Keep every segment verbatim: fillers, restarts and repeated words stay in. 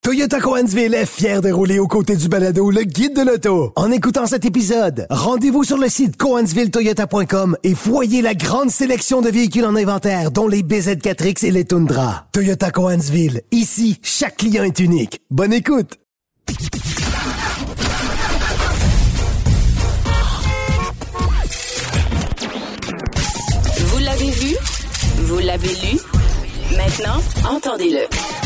Toyota Cohensville est fier de rouler aux côtés du balado Le Guide de l'auto. En écoutant cet épisode, rendez-vous sur le site cohensville toyota point com et voyez la grande sélection de véhicules en inventaire, dont les B Z quatre X et les Tundra. Toyota Cohensville. Ici, chaque client est unique. Bonne écoute! Vous l'avez vu? Vous l'avez lu? Maintenant, entendez-le.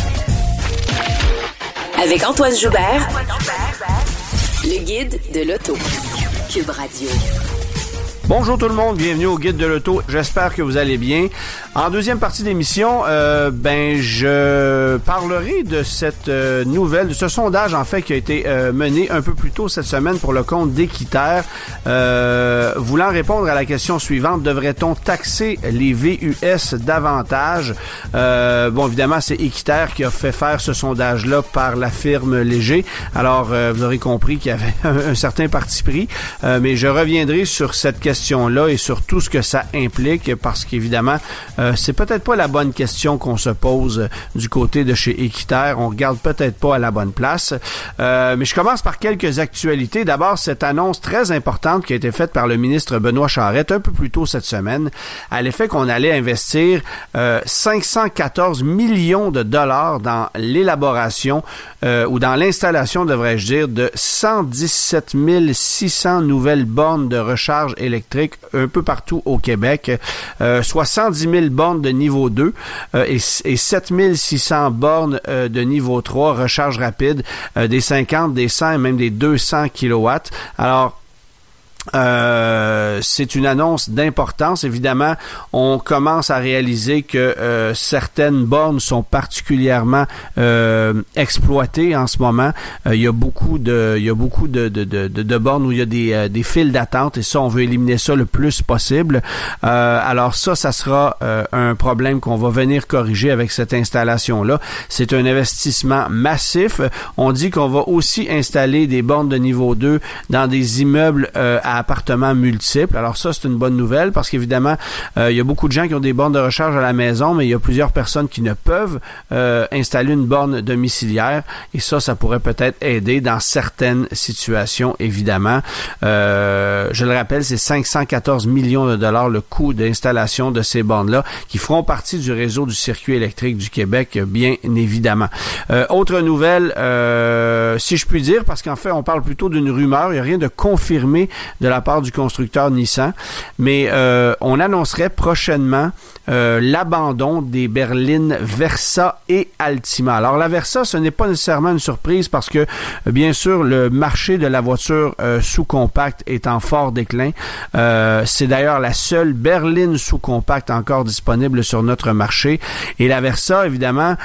Avec Antoine Joubert, le guide de l'auto. Cube Radio. Bonjour tout le monde, bienvenue au Guide de l'auto. J'espère que vous allez bien. En deuxième partie d'émission, euh, ben je parlerai de cette euh, nouvelle, de ce sondage en fait qui a été euh, mené un peu plus tôt cette semaine pour le compte d'Équiterre, euh, voulant répondre à la question suivante: devrait-on taxer les V U S davantage? Euh, bon, évidemment, c'est Équiterre qui a fait faire ce sondage-là par la firme Léger. Alors, euh, vous aurez compris qu'il y avait un, un certain parti pris, euh, mais je reviendrai sur cette question question-là et sur tout ce que ça implique, parce qu'évidemment, euh, c'est peut-être pas la bonne question qu'on se pose du côté de chez Équiterre. On regarde peut-être pas à la bonne place. Euh, mais je commence par quelques actualités. D'abord, cette annonce très importante qui a été faite par le ministre Benoît Charette un peu plus tôt cette semaine, à l'effet qu'on allait investir euh, cinq cent quatorze millions de dollars dans l'élaboration euh, ou dans l'installation, devrais-je dire, de cent dix-sept mille six cents nouvelles bornes de recharge électrique un peu partout au Québec, euh, soit cent dix mille bornes de niveau deux euh, et, et sept mille six cents bornes euh, de niveau trois, recharge rapide, euh, des cinquante, des cent et même des deux cents kilowatts. Alors, Euh, c'est une annonce d'importance. Évidemment, on commence à réaliser que euh, certaines bornes sont particulièrement euh, exploitées en ce moment. Euh, il y a beaucoup de, il y a beaucoup de, de, de, de bornes où il y a des, euh, des files d'attente, et ça, on veut éliminer ça le plus possible. Euh, alors ça, ça sera euh, un problème qu'on va venir corriger avec cette installation-là. C'est un investissement massif. On dit qu'on va aussi installer des bornes de niveau deux dans des immeubles euh, à appartements multiples. Alors ça, c'est une bonne nouvelle, parce qu'évidemment, euh, il y a beaucoup de gens qui ont des bornes de recharge à la maison, mais il y a plusieurs personnes qui ne peuvent euh, installer une borne domiciliaire, et ça, ça pourrait peut-être aider dans certaines situations, évidemment. Euh, je le rappelle, c'est cinq cent quatorze millions de dollars le coût d'installation de ces bornes-là, qui feront partie du réseau du circuit électrique du Québec, bien évidemment. Euh, autre nouvelle, euh, si je puis dire, parce qu'en fait, on parle plutôt d'une rumeur, il n'y a rien de confirmé de la part du constructeur Nissan, mais euh, on annoncerait prochainement euh, l'abandon des berlines Versa et Altima. Alors la Versa, ce n'est pas nécessairement une surprise, parce que bien sûr le marché de la voiture euh, sous-compacte est en fort déclin. Euh, c'est d'ailleurs la seule berline sous-compacte encore disponible sur notre marché, et la Versa, évidemment,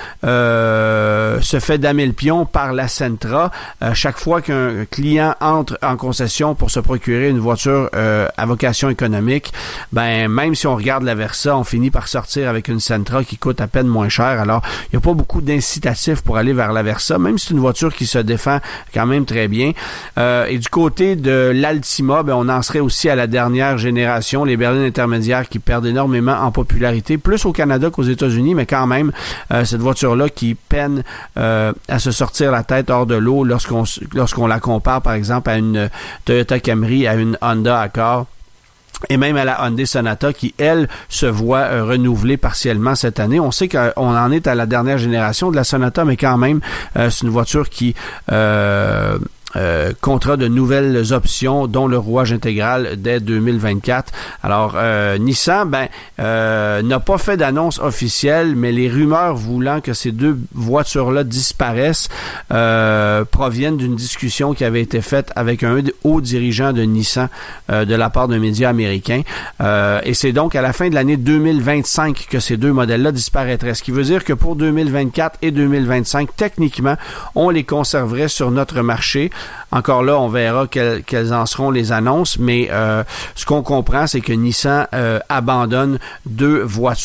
euh, se fait damer le pion par la Sentra. Euh, chaque fois qu'un client entre en concession pour se procurer une voiture euh, à vocation économique, ben même si on regarde la Versa, on finit par sortir avec une Sentra qui coûte à peine moins cher. Alors, il n'y a pas beaucoup d'incitatifs pour aller vers la Versa, même si c'est une voiture qui se défend quand même très bien. Euh, et du côté de l'Altima, ben on en serait aussi à la dernière génération, les berlines intermédiaires qui perdent énormément en popularité, plus au Canada qu'aux États-Unis, mais quand même, euh, cette voiture-là qui peine euh, à se sortir la tête hors de l'eau lorsqu'on lorsqu'on la compare, par exemple, à une Toyota Camry, à une Honda Accord, et même à la Hyundai Sonata, qui, elle, se voit euh, renouvelée partiellement cette année. On sait qu'on en est à la dernière génération de la Sonata, mais quand même, euh, c'est une voiture qui... Euh, Euh, comptera de nouvelles options, dont le rouage intégral dès deux mille vingt-quatre. Alors, euh, Nissan, ben, euh, n'a pas fait d'annonce officielle, mais les rumeurs voulant que ces deux voitures-là disparaissent euh, proviennent d'une discussion qui avait été faite avec un haut dirigeant de Nissan euh, de la part d'un média américain. Euh, et c'est donc à la fin de l'année deux mille vingt-cinq que ces deux modèles-là disparaîtraient. Ce qui veut dire que pour deux mille vingt-quatre et deux mille vingt-cinq, techniquement, on les conserverait sur notre marché. Encore là, on verra quelles, quelles en seront les annonces, mais euh, ce qu'on comprend, c'est que Nissan euh, abandonne deux voitures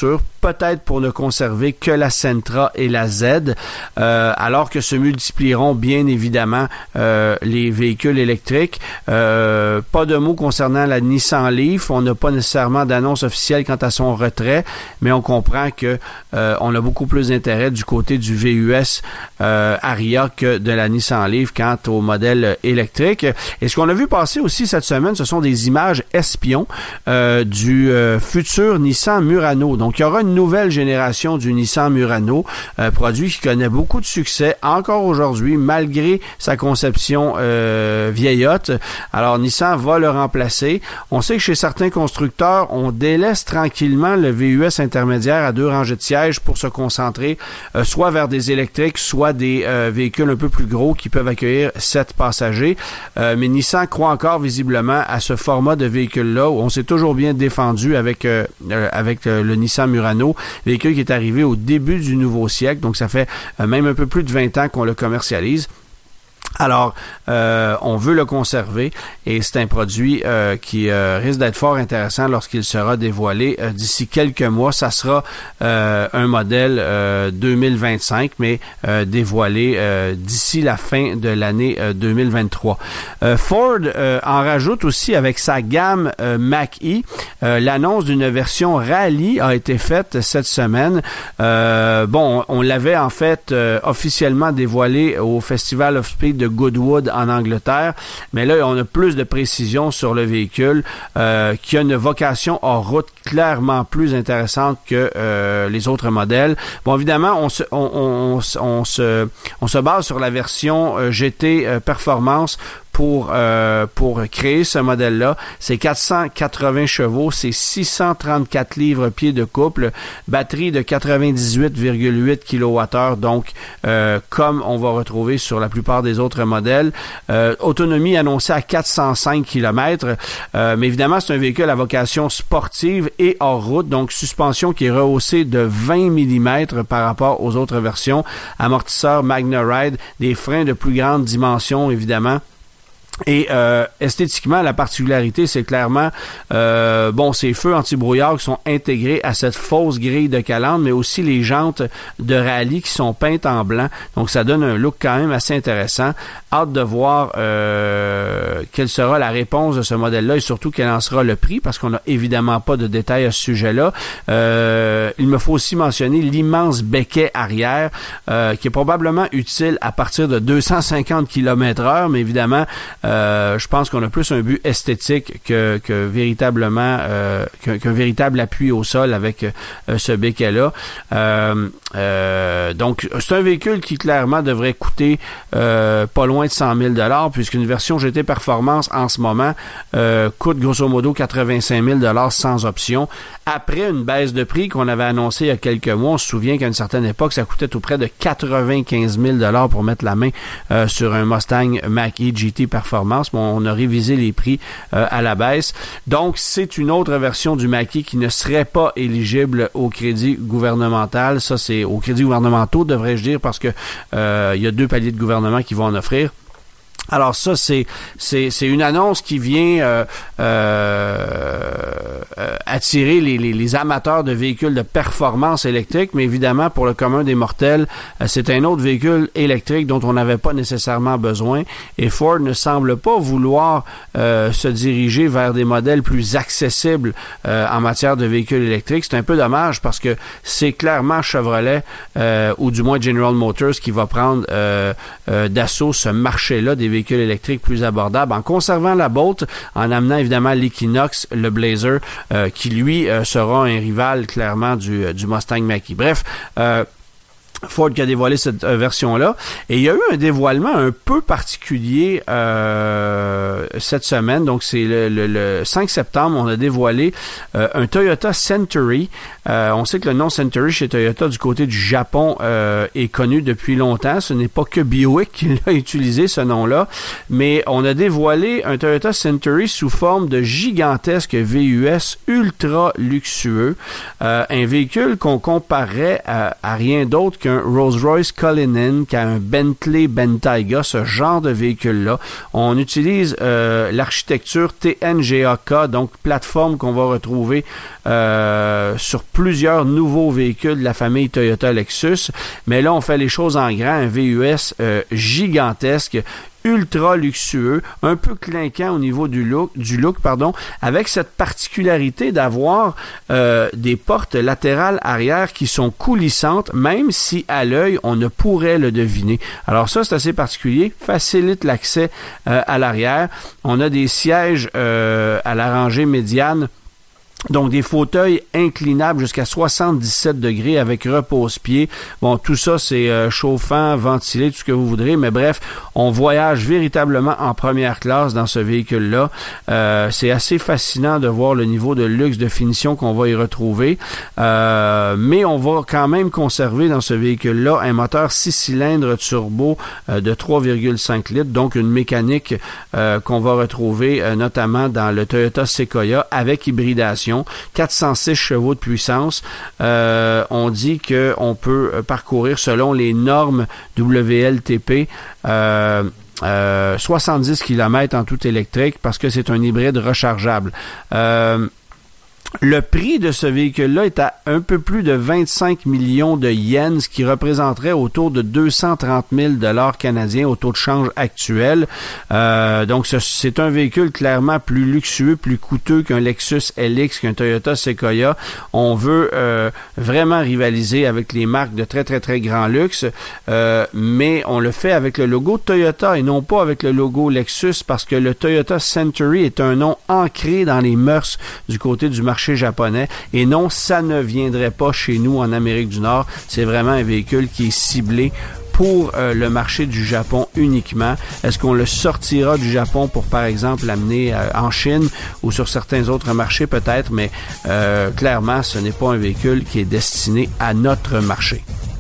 peut-être pour ne conserver que la Sentra et la Z, euh, alors que se multiplieront bien évidemment euh, les véhicules électriques. Euh, pas de mots concernant la Nissan Leaf. On n'a pas nécessairement d'annonce officielle quant à son retrait, mais on comprend que euh, on a beaucoup plus d'intérêt du côté du V U S euh, Ariya que de la Nissan Leaf quant au modèle électrique. Et ce qu'on a vu passer aussi cette semaine, ce sont des images espions euh, du euh, futur Nissan Murano. Donc, il y aura une nouvelle génération du Nissan Murano, euh, produit qui connaît beaucoup de succès encore aujourd'hui, malgré sa conception euh, vieillotte. Alors, Nissan va le remplacer. On sait que chez certains constructeurs, on délaisse tranquillement le V U S intermédiaire à deux rangées de sièges pour se concentrer euh, soit vers des électriques, soit des euh, véhicules un peu plus gros qui peuvent accueillir sept passagers. Euh, mais Nissan croit encore visiblement à ce format de véhicule-là où on s'est toujours bien défendu avec, euh, euh, avec euh, le Nissan Murano, véhicule qui est arrivé au début du nouveau siècle. Donc, ça fait euh, même un peu plus de vingt ans qu'on le commercialise. Alors, euh, on veut le conserver et c'est un produit euh, qui euh, risque d'être fort intéressant lorsqu'il sera dévoilé euh, d'ici quelques mois. Ça sera euh, un modèle euh, deux mille vingt-cinq, mais euh, dévoilé euh, d'ici la fin de l'année euh, deux mille vingt-trois. Euh, Ford euh, en rajoute aussi avec sa gamme euh, Mach-E. Euh, l'annonce d'une version Rally a été faite cette semaine. Euh, bon, on, on l'avait en fait euh, officiellement dévoilé au Festival of Speed de Goodwood en Angleterre, mais là on a plus de précision sur le véhicule euh, qui a une vocation hors route clairement plus intéressante que euh, les autres modèles. Bon, évidemment, on se, on, on, on, on se, on se base sur la version euh, G T euh, Performance pour euh, pour créer ce modèle-là. C'est quatre cent quatre-vingts chevaux, c'est six cent trente-quatre livres-pieds de couple, batterie de quatre-vingt-dix-huit virgule huit kilowattheures, donc euh, comme on va retrouver sur la plupart des autres modèles. Euh, autonomie annoncée à quatre cent cinq kilomètres, euh, mais évidemment, c'est un véhicule à vocation sportive et hors route, donc suspension qui est rehaussée de vingt millimètres par rapport aux autres versions, amortisseur MagneRide, des freins de plus grande dimension, évidemment. Et euh, esthétiquement, la particularité, c'est clairement euh, bon, ces feux anti-brouillard qui sont intégrés à cette fausse grille de calandre, mais aussi les jantes de rallye qui sont peintes en blanc. Donc, ça donne un look quand même assez intéressant. Hâte de voir euh, quelle sera la réponse de ce modèle-là et surtout quel en sera le prix, parce qu'on n'a évidemment pas de détails à ce sujet-là. Euh, il me faut aussi mentionner l'immense becquet arrière euh, qui est probablement utile à partir de deux cent cinquante kilomètres heure, mais évidemment, Euh, je pense qu'on a plus un but esthétique que, que véritablement euh, qu'un, qu'un véritable appui au sol avec euh, ce becquet-là. Euh, euh, donc, c'est un véhicule qui clairement devrait coûter euh, pas loin de cent mille dollars, puisqu'une version G T Performance en ce moment euh, coûte grosso modo quatre-vingt-cinq mille dollars sans option. Après une baisse de prix qu'on avait annoncée il y a quelques mois, on se souvient qu'à une certaine époque, ça coûtait tout près de quatre-vingt-quinze mille dollars pour mettre la main euh, sur un Mustang Mach-E G T Performance. Mais on a révisé les prix euh, à la baisse. Donc, c'est une autre version du Mach-E qui ne serait pas éligible au crédit gouvernemental. Ça, c'est au crédit gouvernementaux, devrais-je dire, parce que euh, il y a deux paliers de gouvernement qui vont en offrir. Alors ça, c'est c'est c'est une annonce qui vient euh, euh, attirer les, les les amateurs de véhicules de performance électrique, mais évidemment pour le commun des mortels, euh, c'est un autre véhicule électrique dont on n'avait pas nécessairement besoin. Et Ford ne semble pas vouloir euh, se diriger vers des modèles plus accessibles euh, en matière de véhicules électriques. C'est un peu dommage parce que c'est clairement Chevrolet euh, ou du moins General Motors qui va prendre euh, euh, d'assaut ce marché-là des véhicules électriques plus abordables, en conservant la Bolt, en amenant évidemment l'Equinox, le Blazer, euh, qui lui euh, sera un rival clairement du, du Mustang Mach-E. Bref, euh, Ford qui a dévoilé cette euh, version-là. Et il y a eu un dévoilement un peu particulier euh, cette semaine. Donc, c'est le, le, le cinq septembre, on a dévoilé euh, un Toyota Century. Euh, on sait que le nom Century chez Toyota du côté du Japon euh, est connu depuis longtemps. Ce n'est pas que Buick qui l'a utilisé, ce nom-là. Mais on a dévoilé un Toyota Century sous forme de gigantesque V U S ultra luxueux. Euh, un véhicule qu'on comparerait à, à rien d'autre qu'un qu'un Rolls-Royce Cullinan, qu'un Bentley Bentayga, ce genre de véhicule-là. On utilise euh, l'architecture T N G A K, donc plateforme qu'on va retrouver euh, sur plusieurs nouveaux véhicules de la famille Toyota Lexus. Mais là, on fait les choses en grand, un V U S euh, gigantesque, ultra luxueux, un peu clinquant au niveau du look, du look pardon, avec cette particularité d'avoir euh, des portes latérales arrière qui sont coulissantes, même si à l'œil, on ne pourrait le deviner. Alors ça, c'est assez particulier, facilite l'accès euh, à l'arrière. On a des sièges euh, à la rangée médiane, donc des fauteuils inclinables jusqu'à soixante-dix-sept degrés avec repose-pied. Bon, tout ça, c'est euh, chauffant, ventilé, tout ce que vous voudrez, mais bref, on voyage véritablement en première classe dans ce véhicule-là. Euh, c'est assez fascinant de voir le niveau de luxe, de finition qu'on va y retrouver, euh, mais on va quand même conserver dans ce véhicule-là un moteur six cylindres turbo euh, de trois virgule cinq litres, donc une mécanique euh, qu'on va retrouver euh, notamment dans le Toyota Sequoia avec hybridation. quatre cent six chevaux de puissance. Euh, on dit qu'on peut parcourir selon les normes W L T P euh, euh, soixante-dix kilomètres en tout électrique parce que c'est un hybride rechargeable. Euh, Le prix de ce véhicule-là est à un peu plus de vingt-cinq millions de yens, ce qui représenterait autour de deux cent trente mille dollars canadiens au taux de change actuel. Euh, donc, ce, c'est un véhicule clairement plus luxueux, plus coûteux qu'un Lexus L X, qu'un Toyota Sequoia. On veut euh, vraiment rivaliser avec les marques de très, très, très grand luxe, euh, mais on le fait avec le logo Toyota et non pas avec le logo Lexus parce que le Toyota Century est un nom ancré dans les mœurs du côté du marché japonais et non, ça ne viendrait pas chez nous en Amérique du Nord. C'est vraiment un véhicule qui est ciblé pour euh, le marché du Japon uniquement. Est-ce qu'on le sortira du Japon pour, par exemple, l'amener euh, en Chine ou sur certains autres marchés peut-être, mais euh, clairement, ce n'est pas un véhicule qui est destiné à notre marché.